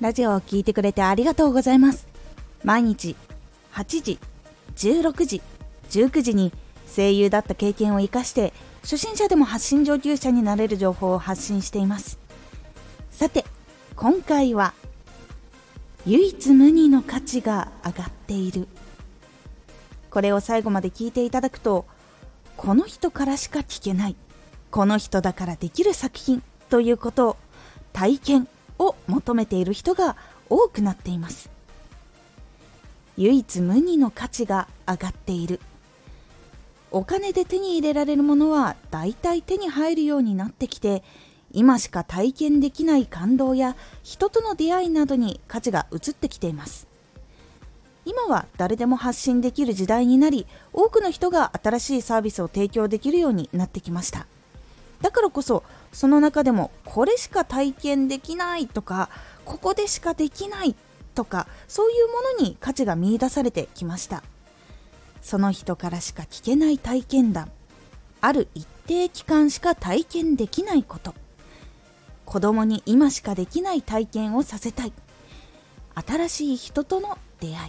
ラジオを聞いてくれてありがとうございます。毎日8時、16時、19時に声優だった経験を生かして初心者でも発信上級者になれる情報を発信しています。さて今回は唯一無二の価値が上がっている。これを最後まで聞いていただくと、この人からしか聞けない、この人だからできる作品ということを、体験を求めている人が多くなっています。唯一無二の価値が上がっている。お金で手に入れられるものはだいたい手に入るようになってきて、今しか体験できない感動や人との出会いなどに価値が移ってきています。今は誰でも発信できる時代になり、多くの人が新しいサービスを提供できるようになってきました。だからこそ、その中でもこれしか体験できないとか、ここでしかできないとか、そういうものに価値が見出されてきました。その人からしか聞けない体験談、ある一定期間しか体験できないこと、子供に今しかできない体験をさせたい、新しい人との出会い。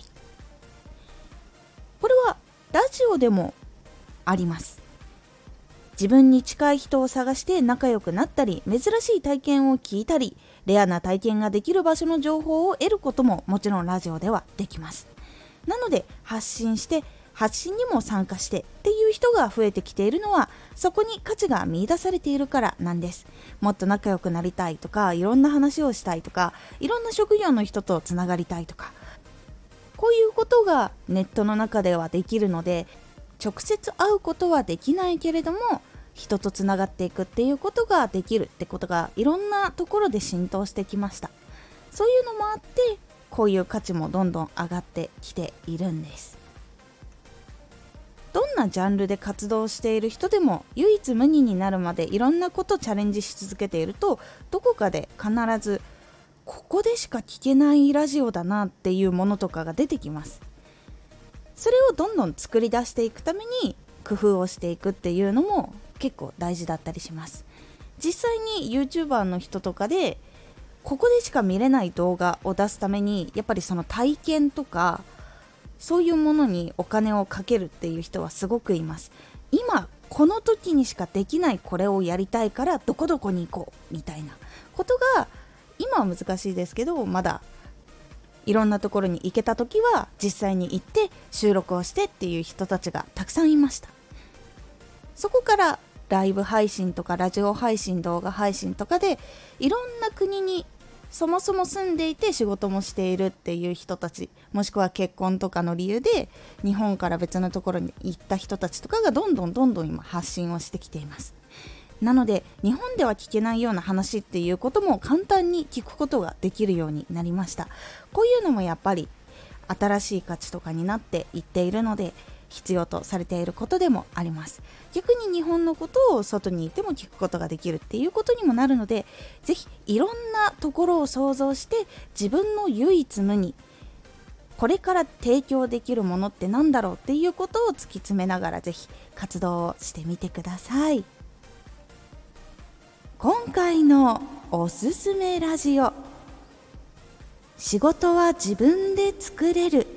これはラジオでもあります。自分に近い人を探して仲良くなったり、珍しい体験を聞いたり、レアな体験ができる場所の情報を得ることももちろんラジオではできます。なので発信して、発信にも参加してっていう人が増えてきているのは、そこに価値が見出されているからなんです。もっと仲良くなりたいとか、いろんな話をしたいとか、いろんな職業の人とつながりたいとか、こういうことがネットの中ではできるので、直接会うことはできないけれども、人とつながっていくっていうことができるってことがいろんなところで浸透してきました。そういうのもあって、こういう価値もどんどん上がってきているんです。どんなジャンルで活動している人でも、唯一無二になるまでいろんなことをチャレンジし続けていると、どこかで必ずここでしか聞けないラジオだなっていうものとかが出てきます。それをどんどん作り出していくために工夫をしていくっていうのも結構大事だったりします。実際に YouTuber の人とかで、ここでしか見れない動画を出すために、やっぱりその体験とかそういうものにお金をかけるっていう人はすごくいます。今この時にしかできないこれをやりたいから、どこどこに行こうみたいなことが、今は難しいですけど、まだいろんなところに行けた時は実際に行って収録をしてっていう人たちがたくさんいました。そこからライブ配信とかラジオ配信、動画配信とかで、いろんな国にそもそも住んでいて仕事もしているっていう人たち、もしくは結婚とかの理由で日本から別のところに行った人たちとかがどんどん今発信をしてきています。なので日本では聞けないような話っていうことも簡単に聞くことができるようになりました。こういうのもやっぱり新しい価値とかになっていっているので、必要とされていることでもあります。逆に日本のことを外にいても聞くことができるっていうことにもなるので、ぜひいろんなところを想像して、自分の唯一無二、これから提供できるものってなんだろうっていうことを突き詰めながら、ぜひ活動をしてみてください。今回のおすすめラジオ、仕事は自分で作れる。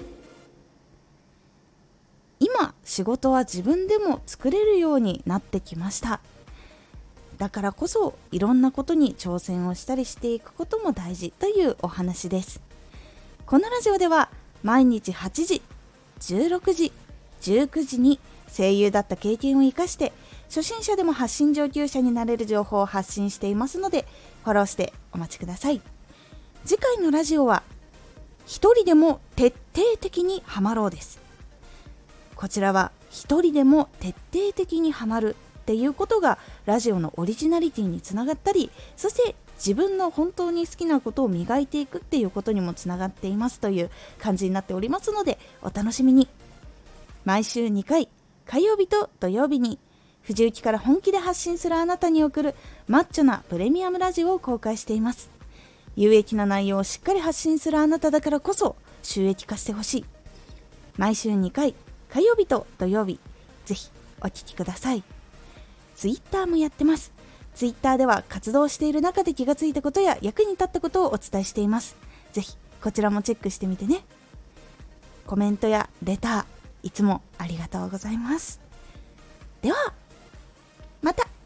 今仕事は自分でも作れるようになってきました。だからこそいろんなことに挑戦をしたりしていくことも大事というお話です。このラジオでは毎日8時、16時、19時に声優だった経験を生かして初心者でも発信上級者になれる情報を発信していますので、フォローしてお待ちください。次回のラジオは一人でも徹底的にハマろうです。こちらは一人でも徹底的にハマるっていうことがラジオのオリジナリティにつながったり、そして自分の本当に好きなことを磨いていくっていうことにもつながっていますという感じになっておりますので、お楽しみに。毎週2回、火曜日と土曜日に藤雪から本気で発信するあなたに送るマッチョなプレミアムラジオを公開しています。有益な内容をしっかり発信するあなただからこそ収益化してほしい。毎週2回、火曜日と土曜日、ぜひお聞きください。ツイッターもやってます。ツイッターでは活動している中で気がついたことや役に立ったことをお伝えしています。 ぜひこちらもチェックしてみてね。コメントやレターいつもありがとうございます。ではまた。